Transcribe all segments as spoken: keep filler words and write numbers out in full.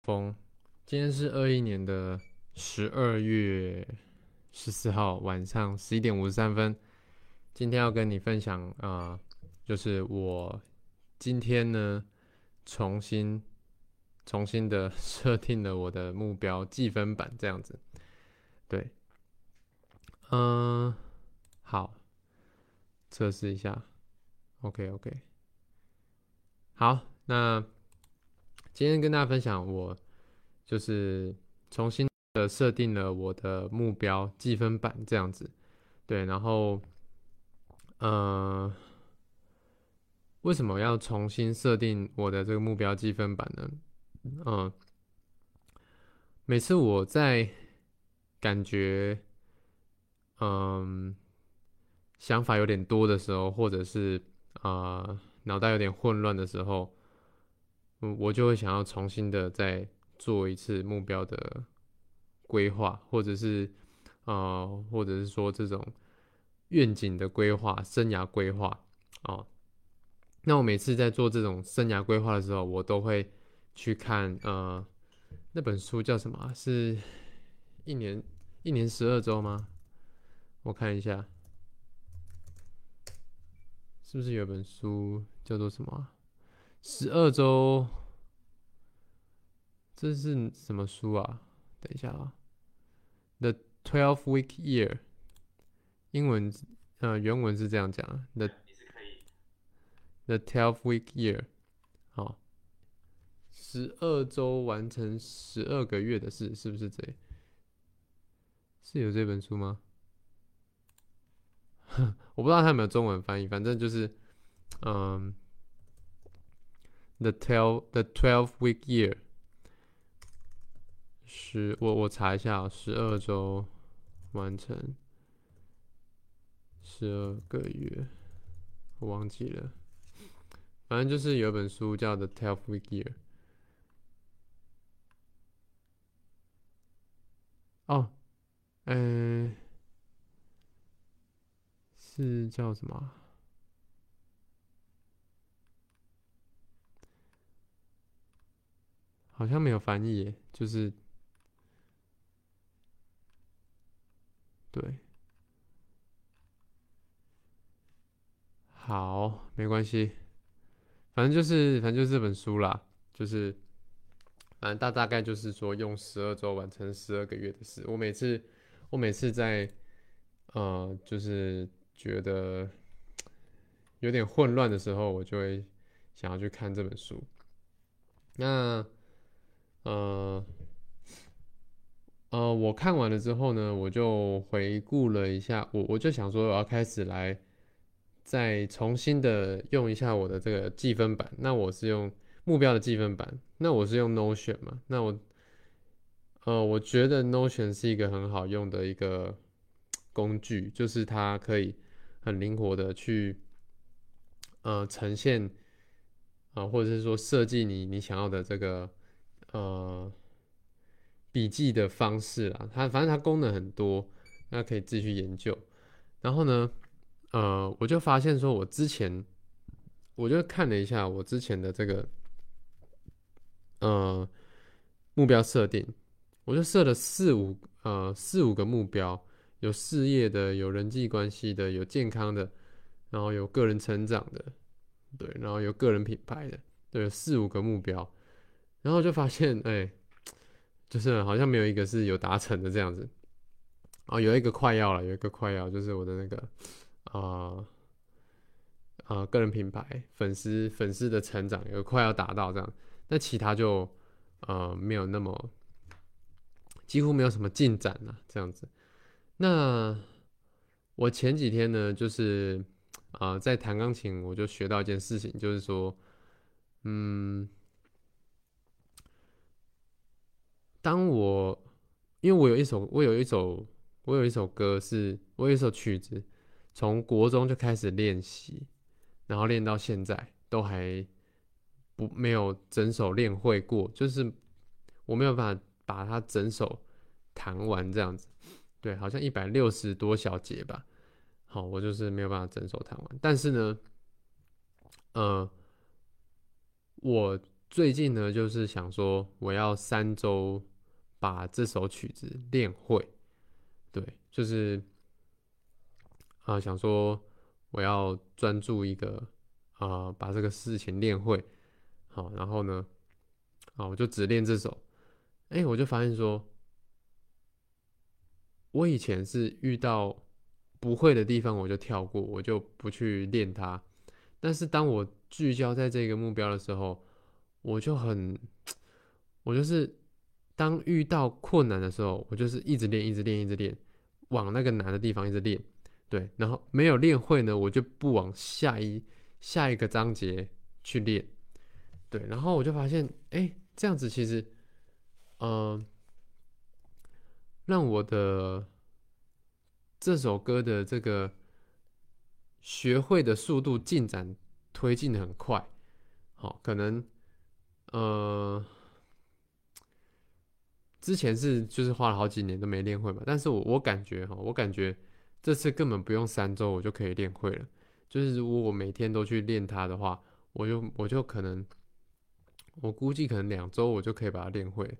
风，今天是二一年的十二月十四号晚上十一点五十三分。今天要跟你分享啊、呃，就是我今天呢重新重新的设定了我的目标计分板，这样子。对，嗯、呃，好，测试一下。OK OK，好，那今天跟大家分享我就是重新的设定了我的目标计分板这样子。对，然后呃，为什么要重新设定我的这个目标计分板呢？嗯、呃，每次我在感觉嗯、想法有点多的时候，或者是啊、呃脑袋有点混乱的时候，嗯，我就会想要重新的再做一次目标的规划，或者是呃，或者是说这种愿景的规划、生涯规划哦。那我每次在做这种生涯规划的时候，我都会去看呃那本书叫什么啊？是一年一年十二周吗？我看一下，是不是有本书叫做什么啊？十二周，这是什么书啊？等一下啊，The Twelve Week Year，英文呃原文是这样讲的，The The Twelve Week Year，好，十二周完成十二个月的事，是不是这？是有这本书吗？我不知道它有没有中文翻译，反正就是嗯，The Twelve The Twelve Week Year，十我我查一下、哦，十二周完成十二个月，我忘记了，反正就是有一本书叫《The Twelve Week Year》。哦，嗯、是叫什么啊？好像没有翻译耶，就是对，好，没关系，反正就是反正就是这本书啦，就是反正大大概就是说用十二周完成十二个月的事。我每次我每次在呃就是觉得有点混乱的时候，我就会想要去看这本书。那呃呃，我看完了之后呢，我就回顾了一下，我我就想说我要开始来再重新的用一下我的这个计分板。那我是用目标的计分板，那我是用 Notion 嘛？那我呃，我觉得 Notion 是一个很好用的一个工具，就是它可以很灵活的去呃呈现啊、呃或者是说设计你你想要的这个呃笔记的方式啦。它反正它功能很多，那可以自己去研究。然后呢，呃，我就发现说，我之前我就看了一下我之前的这个呃目标设定，我就设了四五呃四五个目标，有事业的，有人际关系的，有健康的，然后有个人成长的，对，然后有个人品牌的，对，有四五个目标，然后就发现，哎、欸就是好像没有一个是有达成的这样子。哦，有一个快要了，有一个快要，就是我的那个啊啊、呃呃、个人品牌粉丝粉丝的成长有快要达到这样，那其他就呃没有那么几乎没有什么进展了、这样子。那我前几天呢，就是啊、呃在弹钢琴，我就学到一件事情，就是说，嗯，当我因为我有一首我有一首我有一首歌是我有一首曲子，从国中就开始练习，然后练到现在都还不没有整首练会过，就是我没有办法把它整首弹完这样子。对，好像一百六十多小节吧。好，我就是没有办法整首弹完。但是呢，呃，我最近呢，就是想说我要三周把这首曲子练会，对，就是啊、呃想说我要专注一个啊、呃把这个事情练会，好，然后呢，啊我就只练这首，哎，我就发现说，我以前是遇到不会的地方我就跳过，我就不去练它，但是当我聚焦在这个目标的时候，我就很，我就是当遇到困难的时候，我就是一直练，一直练，一直练，往那个难的地方一直练，对，然后没有练会呢，我就不往下一下一个章节去练，对，然后我就发现，哎，这样子其实，呃，让我的这首歌的这个学会的速度进展推进的很快，好，可能呃之前是就是花了好几年都没练会嘛，但是我我感觉哈，我感觉这次根本不用三周我就可以练会了。就是如果我每天都去练它的话，我就我就可能我估计可能两周我就可以把它练会了。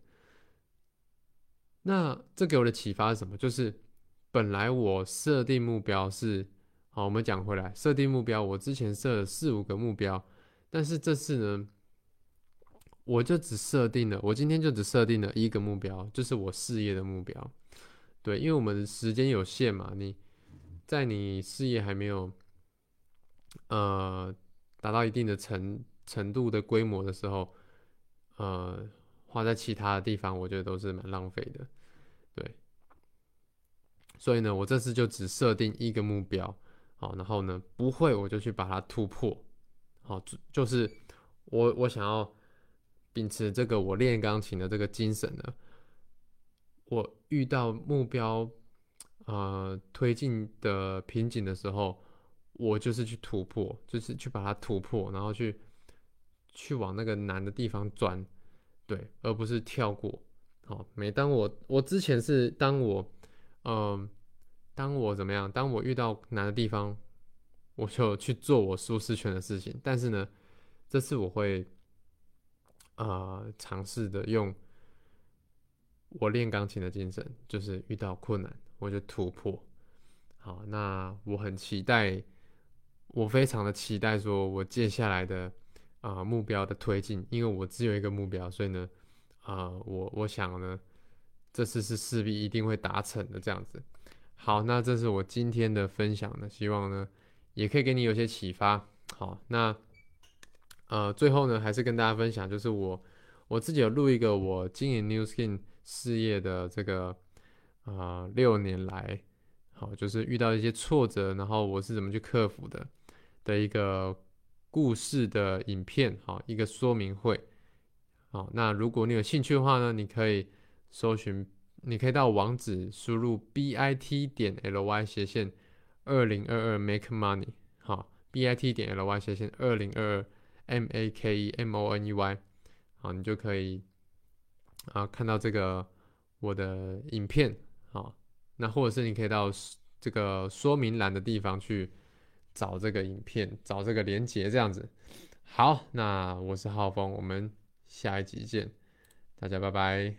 那这给我的启发是什么？就是本来我设定目标是，好，我们讲回来，设定目标，我之前设了四五个目标，但是这次呢，我就只设定了，我今天就只设定了一个目标，就是我事业的目标。对，因为我们时间有限嘛，你在你事业还没有呃达到一定的程程度的规模的时候，呃，花在其他的地方，我觉得都是蛮浪费的。对，所以呢，我这次就只设定一个目标，好，然后呢，不会我就去把它突破，好，就就是我我想要秉持这个我练钢琴的这个精神呢，我遇到目标呃推进的瓶颈的时候，我就是去突破，就是去把它突破，然后去去往那个难的地方钻，对，而不是跳过。好，每当我我之前是当我嗯、呃当我怎么样，当我遇到难的地方，我就去做我舒适圈的事情。但是呢，这次我会呃尝试的用我练钢琴的精神，就是遇到困难我就突破。好，那我很期待，我非常的期待，说我接下来的啊、呃目标的推进，因为我只有一个目标，所以呢，啊、呃我我想呢，这次是势必一定会达成的这样子。好，那这是我今天的分享呢，希望呢也可以给你有些启发。好，那呃最后呢，还是跟大家分享，就是我我自己有录一个我经营 New Skin 事业的这个啊、呃六年来，好，就是遇到一些挫折，然后我是怎么去克服的的一个故事的影片，好，一个说明会。好，那如果你有兴趣的话呢，你可以搜寻，你可以到网址输入 bit 点 ly 斜线二零二二 make money，好，bit 点 ly 斜线二零二二 m a k e m o n e y，好，你就可以啊看到这个我的影片，好，那或者是你可以到这个说明栏的地方去找这个影片，找这个连接，这样子。好，那我是浩峰，我们下一集见，大家拜拜。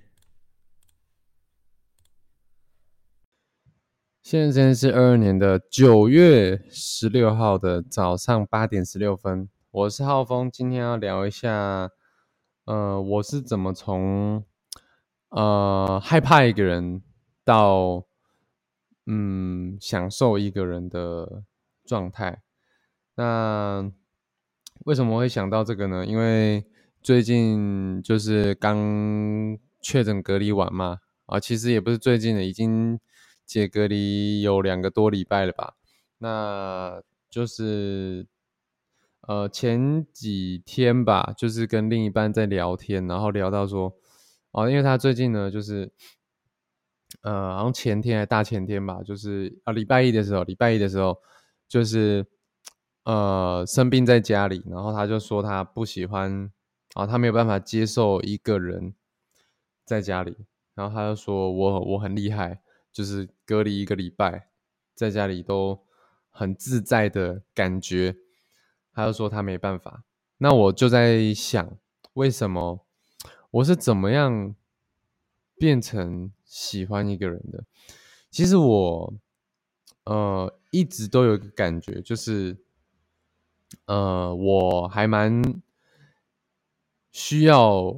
现在时间是二二年的九月十六号的早上八点十六分，我是浩峰，今天要聊一下，呃，我是怎么从呃害怕一个人到嗯享受一个人的状态。那为什么会想到这个呢？因为最近就是刚确诊隔离完嘛，啊，其实也不是最近的，已经解隔离有两个多礼拜了吧。那就是呃前几天吧，就是跟另一半在聊天，然后聊到说，哦，因为他最近呢，就是呃，好像前天还大前天吧，就是啊礼拜一的时候，礼拜一的时候，就是呃生病在家里，然后他就说他不喜欢，啊他没有办法接受一个人在家里，然后他就说我我很厉害，就是隔离一个礼拜，在家里都很自在的感觉，他就说他没办法，那我就在想， 为什么我是怎么样变成喜欢一个人的？其实我呃一直都有一个感觉，就是呃我还蛮需要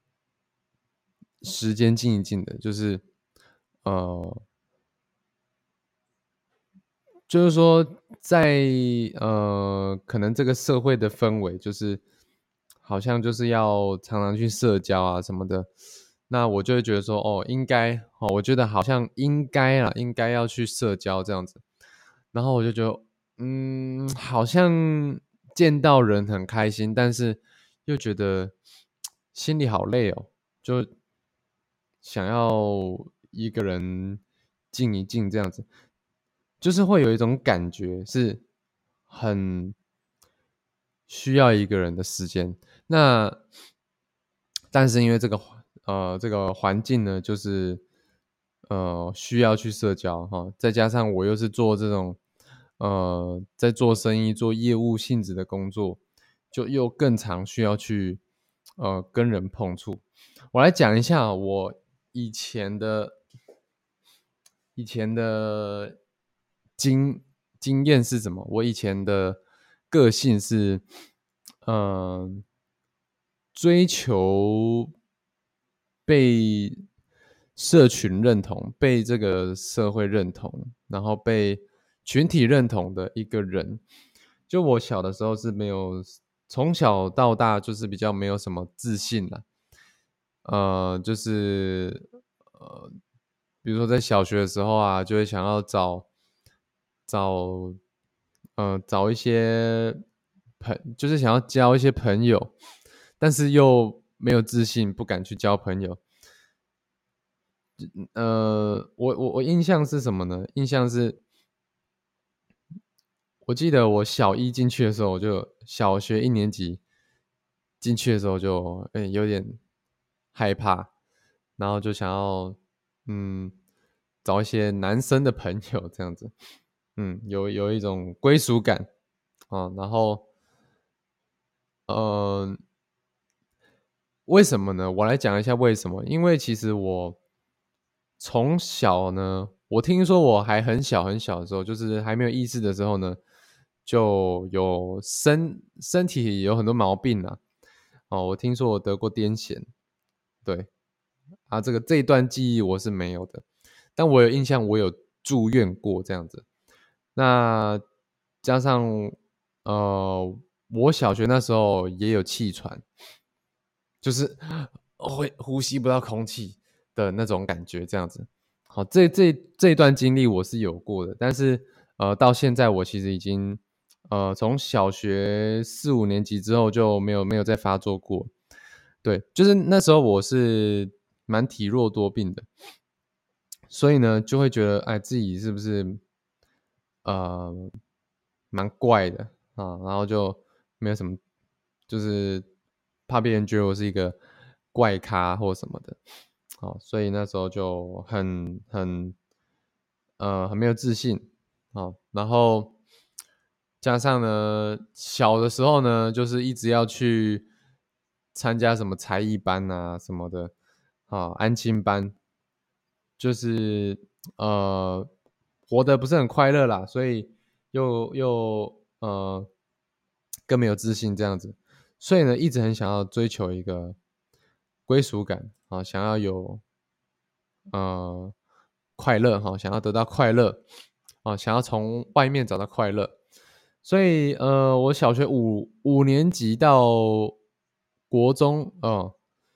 时间静一静的，就是呃就是说在呃可能这个社会的氛围，就是好像就是要常常去社交啊什么的，那我就会觉得说，哦，应该哦，我觉得好像应该啊，应该要去社交这样子。然后我就觉得，嗯，好像见到人很开心，但是又觉得心里好累哦，就想要一个人静一静这样子，就是会有一种感觉是很需要一个人的时间。那但是因为这个环呃这个环境呢，就是呃需要去社交哈，再加上我又是做这种呃在做生意、做业务性质的工作，就又更常需要去呃跟人碰触。我来讲一下我以前的以前的经经验是什么？我以前的个性是，嗯、追求被社群认同、被这个社会认同，然后被群体认同的一个人。就我小的时候是没有，从小到大就是比较没有什么自信啦。呃，就是呃，比如说在小学的时候啊，就会想要找找呃找一些朋，就是想要交一些朋友，但是又没有自信，不敢去交朋友。呃，我我我印象是什么呢？印象是，我记得我小一进去的时候，我就小学一年级进去的时候就，哎，有点害怕，然后就想要，嗯，找一些男生的朋友这样子，嗯，有有一种归属感啊，然后，呃，为什么呢？我来讲一下为什么。因为其实我从小呢，我听说我还很小很小的时候，就是还没有意识的时候呢，就有身身体有很多毛病啊。哦，我听说我得过癫痫，对啊，这个这一段记忆我是没有的，但我有印象，我有住院过这样子。那加上呃，我小学那时候也有气喘，就是会呼吸不到空气的那种感觉，这样子。好，这这这一段经历我是有过的，但是呃，到现在我其实已经呃，从小学四五年级之后就没有没有再发作过。对，就是那时候我是蛮体弱多病的，所以呢，就会觉得，哎，自己是不是呃蛮怪的啊？然后就没有什么，就是怕别人觉得我是一个怪咖或什么的。好，所以那时候就很很呃很没有自信啊。然后加上呢，小的时候呢，就是一直要去参加什么才艺班啊什么的，啊，安亲班，就是呃活得不是很快乐啦，所以又又呃更没有自信这样子，所以呢，一直很想要追求一个归属感啊，想要有呃快乐哈，想要得到快乐啊，想要从外面找到快乐，所以呃，我小学五五年级到国中，哦，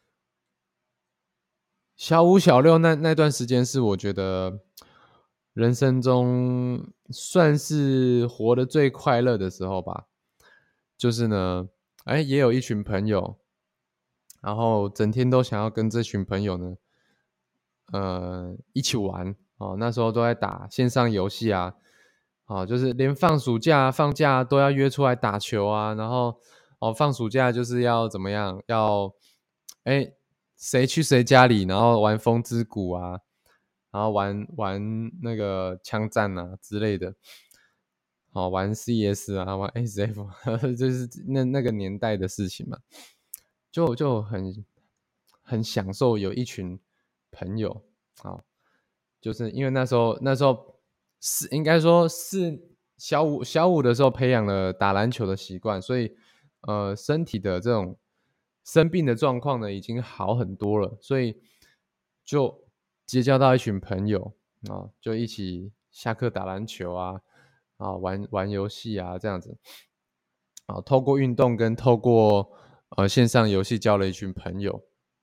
小五、小六那那段时间是我觉得人生中算是活得最快乐的时候吧。就是呢，哎，也有一群朋友，然后整天都想要跟这群朋友呢，呃，一起玩哦。那时候都在打线上游戏啊，哦，就是连放暑假、放假都要约出来打球啊。然后哦，放暑假就是要怎么样？要哎，谁去谁家里，然后玩风之谷啊，然后玩玩那个枪战啊之类的。好玩 C S 啊，玩 S F，就是那那个年代的事情嘛。 就就很很享受有一群朋友啊，就是因为那时候那时候是应该说是小五小五的时候培养了打篮球的习惯，所以呃身体的这种生病的状况呢已经好很多了，所以就结交到一群朋友啊，就一起下课打篮球啊，啊玩玩游戏啊这样子。啊，透过运动跟透过呃线上游戏交了一群朋友。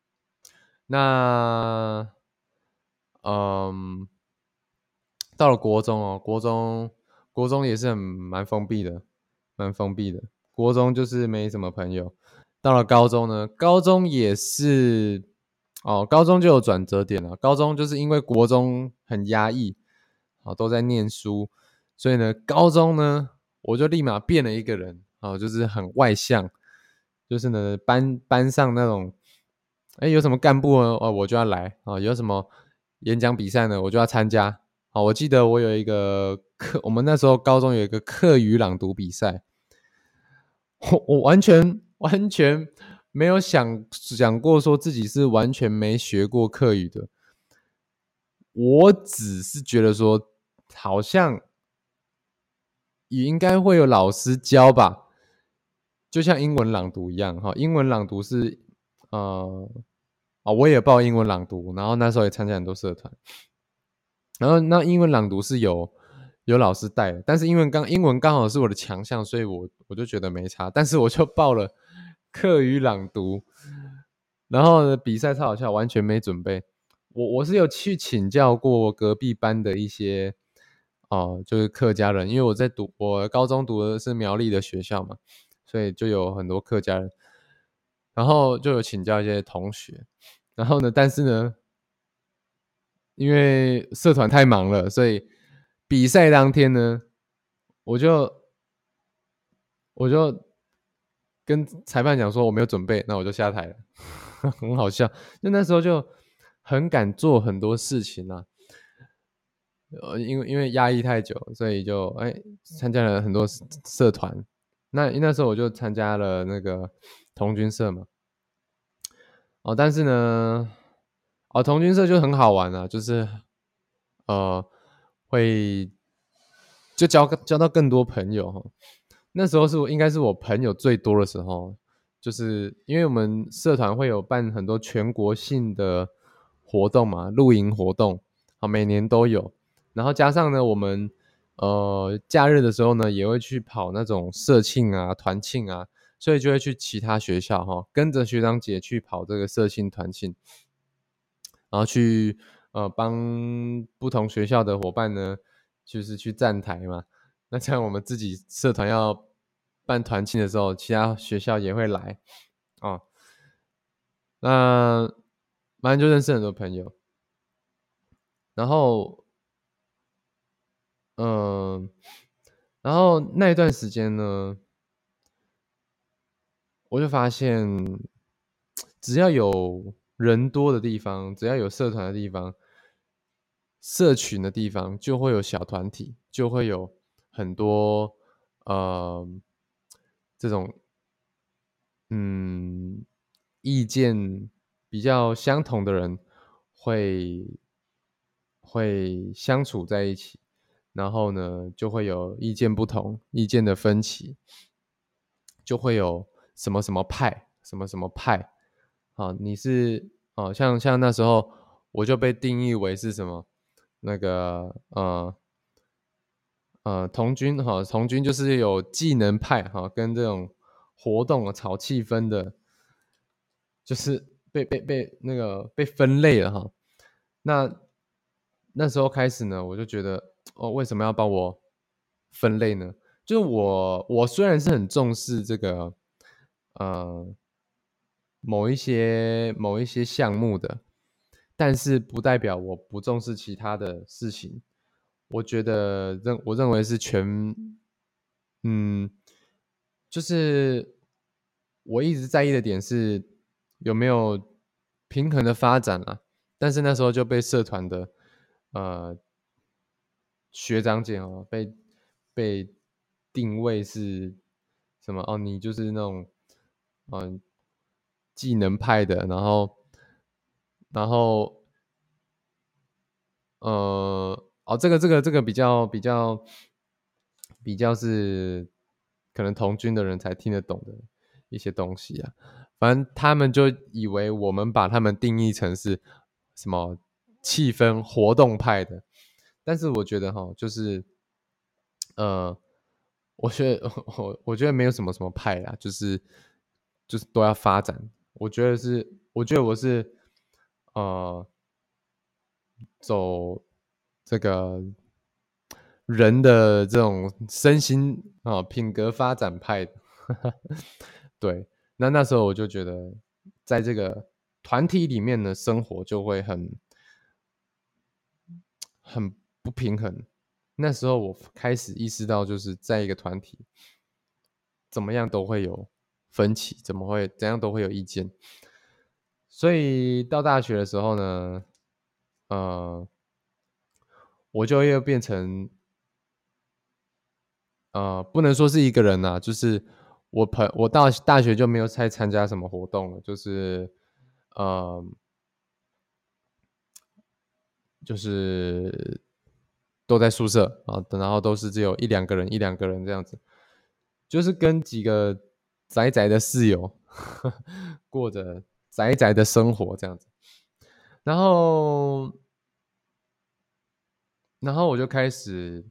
那嗯，到了国中哦，国中国中也是很蛮封闭的，蛮封闭的。国中就是没什么朋友。到了高中呢，高中也是哦，高中就有转折点了。高中就是因为国中很压抑，啊，都在念书，所以呢，高中呢我就立马变了一个人啊，就是很外向，就是呢班班上那种，哎，有什么干部呢，哦，我就要来啊，有什么演讲比赛呢，我就要参加。啊，我记得我有一个课，我们那时候高中有一个课语朗读比赛，我我完全完全没有想想过说自己是完全没学过课语的，我只是觉得说好像也应该会有老师教吧，就像英文朗读一样哈。英文朗读是呃啊，我也报英文朗读，然后那时候也参加很多社团，然后那英文朗读是有有老师带的，但是因为刚英文刚好是我的强项，所以我我就觉得没差，但是我就报了课语朗读，然后呢比赛超好笑，完全没准备。我我是有去请教过隔壁班的一些哦、呃就是客家人，因为我在读我高中读的是苗栗的学校嘛，所以就有很多客家人，然后就有请教一些同学，然后呢，但是呢，因为社团太忙了，所以比赛当天呢，我就我就跟裁判讲说我没有准备，那我就下台了，很好笑。就那时候就很敢做很多事情啊，呃，因为因为压抑太久，所以就哎参加了很多社团。那那时候我就参加了那个童军社嘛，哦，但是呢，哦，童军社就很好玩啊，就是呃会就交交到更多朋友哈。那时候是我应该是我朋友最多的时候，就是因为我们社团会有办很多全国性的活动嘛，露营活动，啊，每年都有。然后加上呢，我们呃假日的时候呢，也会去跑那种社庆啊、团庆啊，所以就会去其他学校哈，跟着学长姐去跑这个社庆团庆，然后去呃帮不同学校的伙伴呢，就是去站台嘛。那这样我们自己社团要办团庆的时候，其他学校也会来哦。那反正就认识很多朋友，然后嗯、呃然后那一段时间呢，我就发现，只要有人多的地方，只要有社团的地方，社群的地方，就会有小团体，就会有很多呃这种嗯意见比较相同的人会会相处在一起，然后呢就会有意见不同、意见的分歧，就会有什么什么派、什么什么派。啊，你是哦，像像那时候我就被定义为是什么那个呃呃童军哈，童军就是有技能派哈，跟这种活动啊炒气氛的，就是被被被那个被分类了哈。那那时候开始呢，我就觉得哦，为什么要帮我分类呢？就是我我虽然是很重视这个呃某一些某一些项目的，但是不代表我不重视其他的事情。我觉得认我认为是全，嗯，就是我一直在意的点是有没有平衡的发展啦。但是那时候就被社团的呃学长姐哦被被定位是什么哦，你就是那种嗯技能派的，然后然后呃哦，这个这个这个比较比较比较是可能童军的人才听得懂的一些东西啊。反正他们就以为我们把他们定义成是什么气氛活动派的，但是我觉得哈，就是呃，我觉得我我觉得没有什么什么派啦，就是就是都要发展。我觉得是，我觉得我是呃走这个人的这种身心啊、品格发展派的。对，那那时候我就觉得，在这个团体里面呢，生活就会很很不平衡。那时候我开始意识到，就是在一个团体，怎么样都会有分歧，怎么会怎样都会有意见。所以到大学的时候呢，呃，我就又变成呃，不能说是一个人呐、就是我朋我到大学就没有再参加什么活动了，就是呃，就是都在宿舍啊，然后都是只有一两个人，一两个人这样子，就是跟几个宅宅的室友过着宅宅的生活这样子。然后，然后我就开始，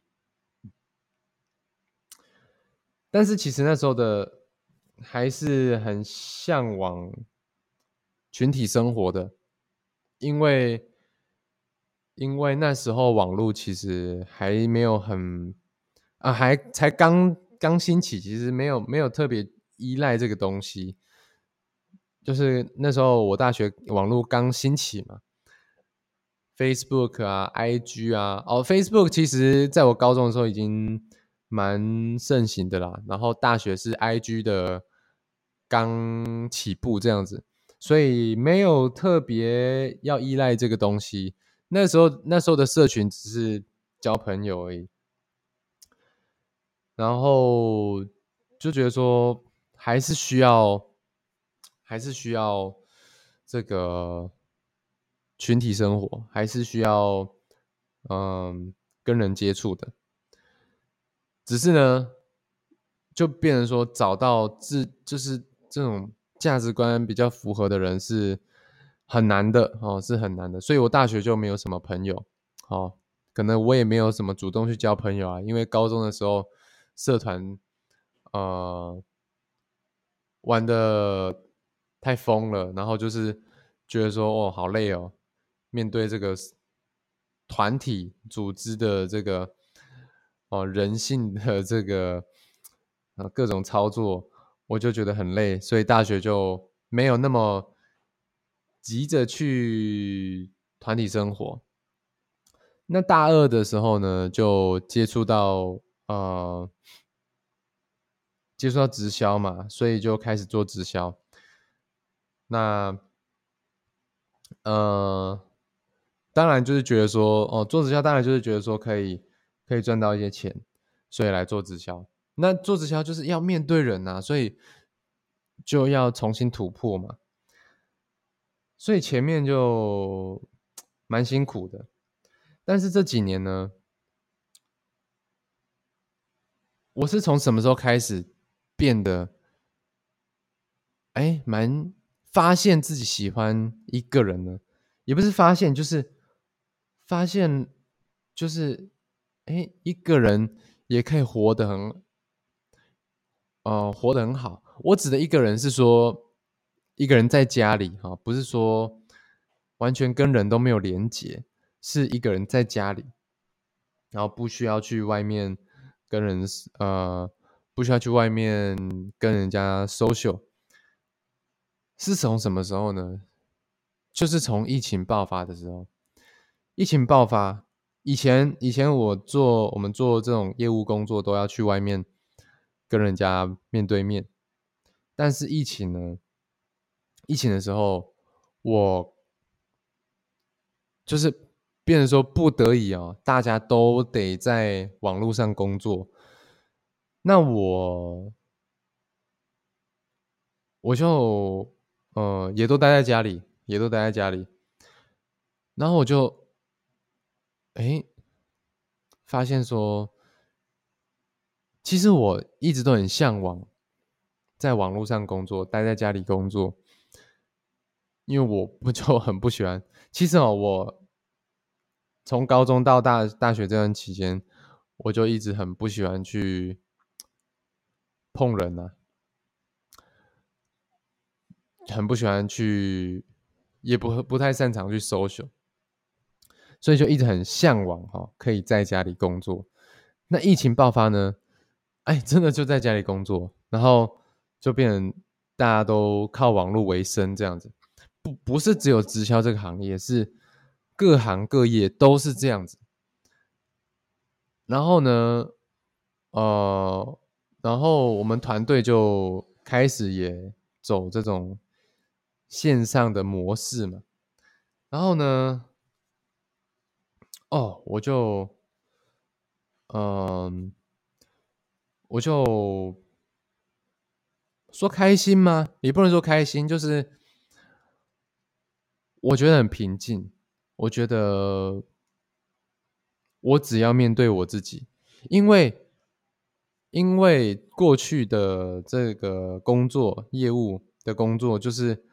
但是其实那时候的还是很向往群体生活的，因为因为那时候网络其实还没有很啊，还才刚刚兴起，其实没有没有特别依赖这个东西。就是那时候我大学网络刚兴起嘛，Facebook 啊、I G 啊，哦，Facebook 其实在我高中的时候已经蛮盛行的啦，然后大学是 I G 的刚起步这样子，所以没有特别要依赖这个东西。那时候那时候的社群只是交朋友而已，然后就觉得说还是需要，还是需要这个群体生活，还是需要嗯跟人接触的。只是呢，就变成说找到自就是这种价值观比较符合的人是很难的哦，是很难的。所以我大学就没有什么朋友，哦，可能我也没有什么主动去交朋友啊，因为高中的时候社团呃玩的太疯了，然后就是觉得说哦好累哦，面对这个团体组织的这个哦人性的这个呃各种操作，我就觉得很累，所以大学就没有那么急着去团体生活。那大二的时候呢，就接触到呃接触到直销嘛，所以就开始做直销。那呃，当然就是觉得说，哦，做直销当然就是觉得说可以可以赚到一些钱，所以来做直销。那做直销就是要面对人啊，所以就要重新突破嘛。所以前面就蛮辛苦的，但是这几年呢，我是从什么时候开始变得，哎，蛮发现自己喜欢一个人呢？也不是发现，就是发现，就是哎，一个人也可以活得很呃，活得很好。我指的一个人是说，一个人在家里哈，不是说完全跟人都没有连结，是一个人在家里，然后不需要去外面跟人呃，不需要去外面跟人家 social。是从什么时候呢？就是从疫情爆发的时候。疫情爆发以前，以前我做我们做这种业务工作都要去外面跟人家面对面，但是疫情呢？疫情的时候，我就是变成说不得已哦，大家都得在网络上工作，那我我就呃，也都待在家里，也都待在家里。然后我就，诶，发现说，其实我一直都很向往在网络上工作，待在家里工作，因为我不就很不喜欢。其实哦，我从高中到大大学这段期间，我就一直很不喜欢去碰人啊，很不喜欢去，也不不太擅长去 social，所以就一直很向往哈、哦，可以在家里工作。那疫情爆发呢，哎，真的就在家里工作，然后就变成大家都靠网络为生这样子。不不是只有直销这个行业，是各行各业都是这样子。然后呢，呃，然后我们团队就开始也走这种线上的模式嘛。然后呢，哦，我就，嗯、我就说开心吗？也不能说开心，就是我觉得很平静。我觉得我只要面对我自己，因为因为过去的这个工作业务的工作，就是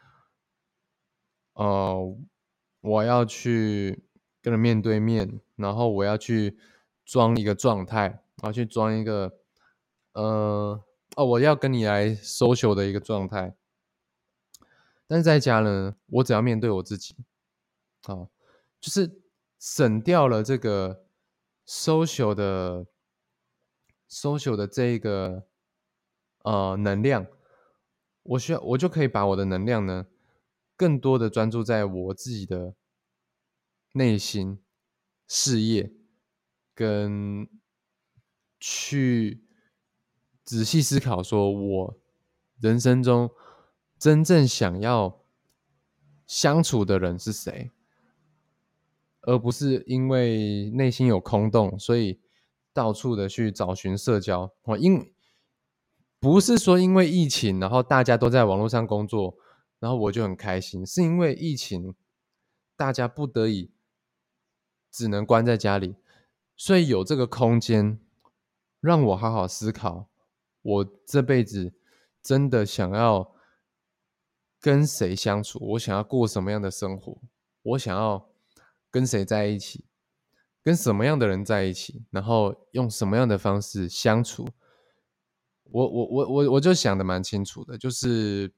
呃，我要去跟人面对面，然后我要去装一个状态，我要去装一个呃哦，我要跟你来 social 的一个状态。但是在家呢，我只要面对我自己，啊，就是省掉了这个 social 的 social 的这一个呃能量，我需要我就可以把我的能量呢，更多的专注在我自己的内心、事业，跟去仔细思考，说我人生中真正想要相处的人是谁。而不是因为内心有空洞，所以到处的去找寻社交。哦，因不是说因为疫情，然后大家都在网络上工作，然后我就很开心，是因为疫情，大家不得已只能关在家里，所以有这个空间让我好好思考，我这辈子真的想要跟谁相处，我想要过什么样的生活，我想要跟谁在一起，跟什么样的人在一起，然后用什么样的方式相处。我我我我我就想的蛮清楚的，就是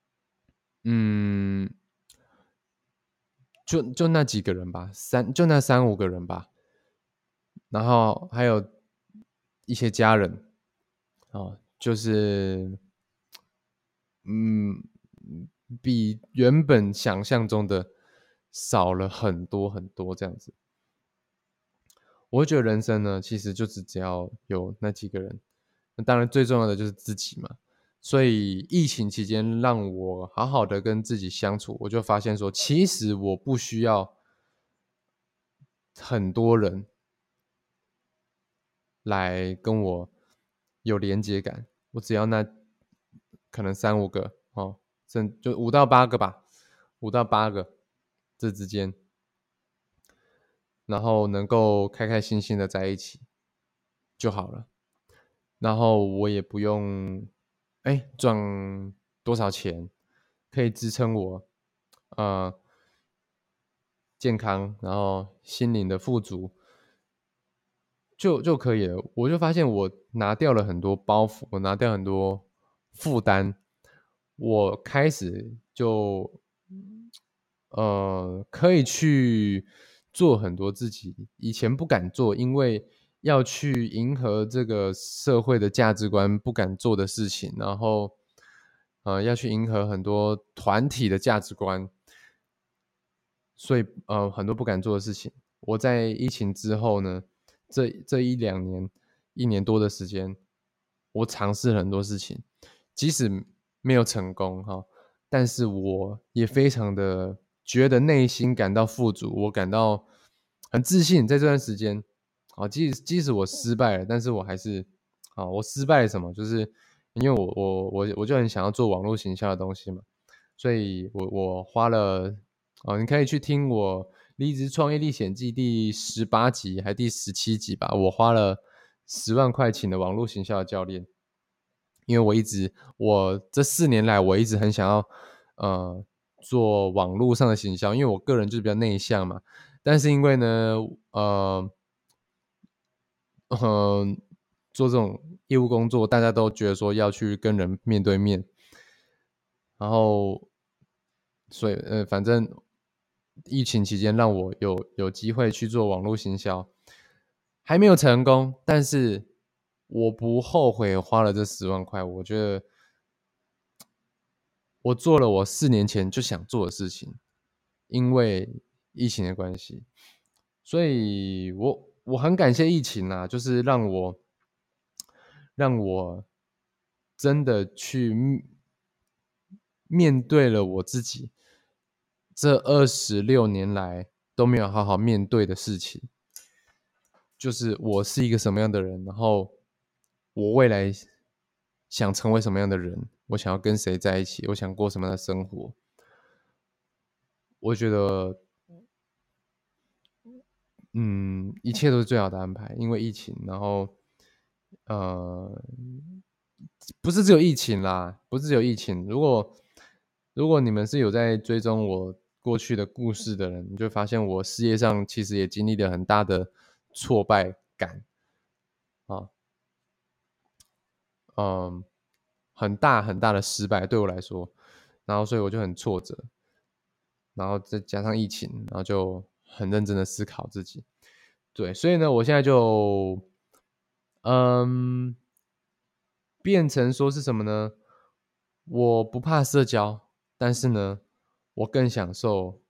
嗯，就就那几个人吧，三就那三五个人吧，然后还有一些家人哦，就是嗯，比原本想象中的少了很多很多这样子。我会觉得人生呢，其实就只只要有那几个人，那当然最重要的就是自己嘛。所以疫情期间让我好好的跟自己相处，我就发现说，其实我不需要很多人来跟我有连接感，我只要那可能三五个哦，甚就五到八个吧，五到八个这之间，然后能够开开心心的在一起就好了。然后我也不用哎赚多少钱，可以支撑我呃健康，然后心灵的富足，就就可以了。我就发现我拿掉了很多包袱，我拿掉很多负担，我开始就呃可以去做很多自己以前不敢做，因为要去迎合这个社会的价值观不敢做的事情，然后呃要去迎合很多团体的价值观，所以呃很多不敢做的事情。我在疫情之后呢，这这一两年一年多的时间，我尝试了很多事情，即使没有成功哈，但是我也非常的觉得内心感到富足，我感到很自信。在这段时间，啊，即使即使我失败了，但是我还是啊，我失败了什么？就是因为我我我我就很想要做网络行销的东西嘛， 所以我我花了哦，你可以去听我离职创业历险记第十八集还第十七集吧，我花了十万块请的网络行销的教练，因为我一直我这四年来我一直很想要呃做网络上的行销，因为我个人就是比较内向嘛，但是因为呢呃呃做这种业务工作，大家都觉得说要去跟人面对面，然后所以呃反正疫情期间让我有有机会去做网络行销，还没有成功，但是我不后悔花了这十万块，我觉得我做了我四年前就想做的事情，因为疫情的关系，所以我我很感谢疫情啊，就是让我让我真的去面对了我自己这二十六年来都没有好好面对的事情，就是我是一个什么样的人，然后我未来想成为什么样的人，我想要跟谁在一起，我想过什么样的生活。我觉得，嗯，一切都是最好的安排，因为疫情，然后，呃，不是只有疫情啦，不是只有疫情。如果如果你们是有在追踪我过去的故事的人，你就会发现我事业上其实也经历了很大的挫败感啊，嗯，很大很大的失败对我来说，然后所以我就很挫折，然后再加上疫情，然后就很认真的思考自己。对，所以呢，我现在就，嗯，变成说是什么呢？我不怕社交，但是呢，我更享受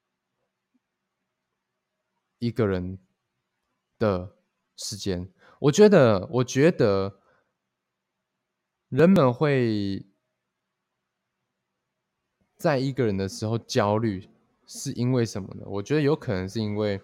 一个人的时间。我觉得，我觉得人们会在一个人的时候焦虑，是因为什么呢？我觉得有可能是因为，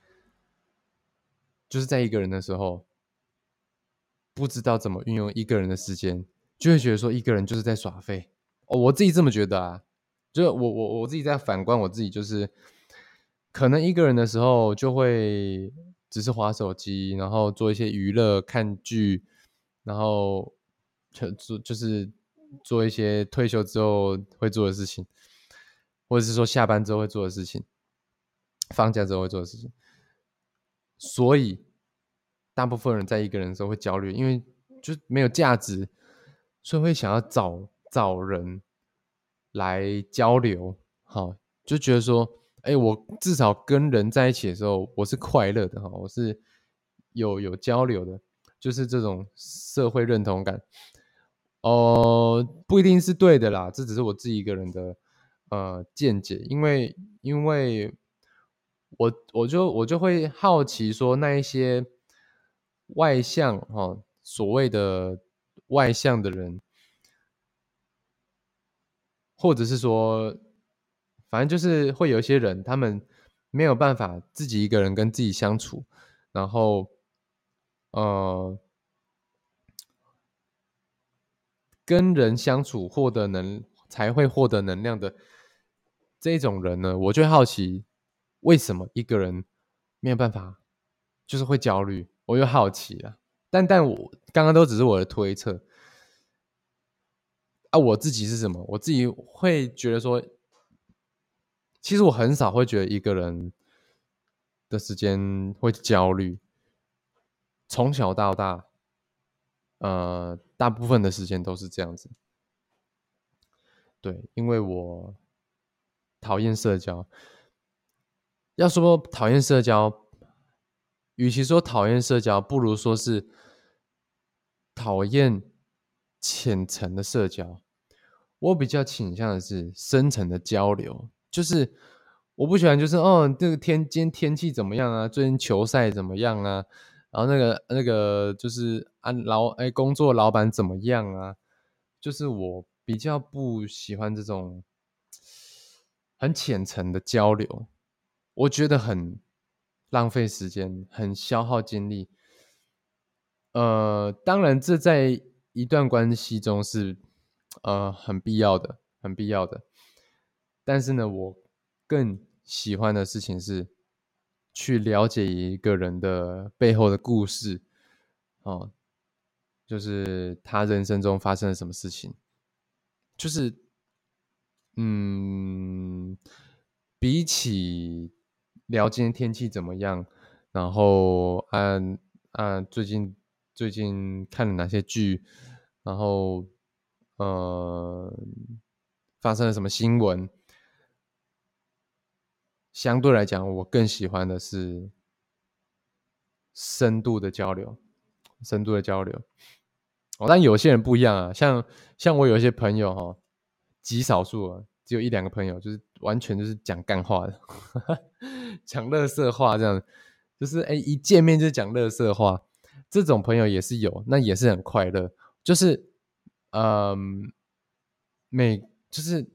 就是在一个人的时候，不知道怎么运用一个人的时间，就会觉得说一个人就是在耍废。哦，我自己这么觉得啊，就是我我我自己在反观我自己，就是可能一个人的时候就会只是滑手机，然后做一些娱乐、看剧，然后就做就是做一些退休之后会做的事情，或者是说下班之后会做的事情，放假之后会做的事情。所以大部分人在一个人的时候会焦虑，因为就没有价值，所以会想要找找人来交流，好，就觉得说，哎、我至少跟人在一起的时候，我是快乐的哈，我是有有交流的，就是这种社会认同感。哦、不一定是对的啦，这只是我自己一个人的呃见解，因为因为我我就我就会好奇说，那一些外向哈、哦，所谓的外向的人，或者是说，反正就是会有一些人，他们没有办法自己一个人跟自己相处，然后呃跟人相处获得能才会获得能量的这种人呢，我就会好奇，为什么一个人没有办法，就是会焦虑，我就好奇了。但但我刚刚都只是我的推测啊，我自己是什么？我自己会觉得说，其实我很少会觉得一个人的时间会焦虑，从小到大，呃，大部分的时间都是这样子。对，因为我讨厌社交。要说讨厌社交，与其说讨厌社交，不如说是讨厌浅层的社交。我比较倾向的是深层的交流，就是我不喜欢就是哦，这个天今天天气怎么样啊？最近球赛怎么样啊？然后那个那个就是按老哎工作老板怎么样啊？就是我比较不喜欢这种很浅层的交流，我觉得很浪费时间，很消耗精力。呃，当然这在一段关系中是呃很必要的，很必要的。 但是呢，我更喜欢的事情是去了解一个人的背后的故事，哦，就是他人生中发生了什么事情，就是嗯，比起聊今天天气怎么样，然后按按最近最近看了哪些剧，然后呃发生了什么新闻，相对来讲，我更喜欢的是深度的交流，深度的交流。哦，但有些人不一样啊，像像我有一些朋友哈，极少数啊，只有一两个朋友，就是完全就是讲干话的，讲垃圾话这样，就是哎、欸、一见面就讲垃圾话，这种朋友也是有，那也是很快乐，就是嗯，每就是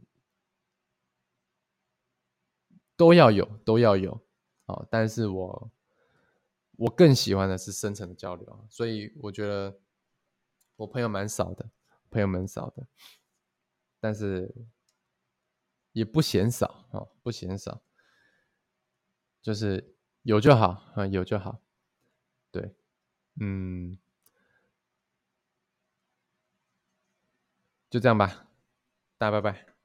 都要有，都要有，好，但是我我更喜欢的是深层的交流，所以我觉得我朋友蛮少的，朋友蛮少的，但是也不嫌少哦，不嫌少，就是有就好啊、嗯，有就好，对，嗯，就这样吧，大家拜拜。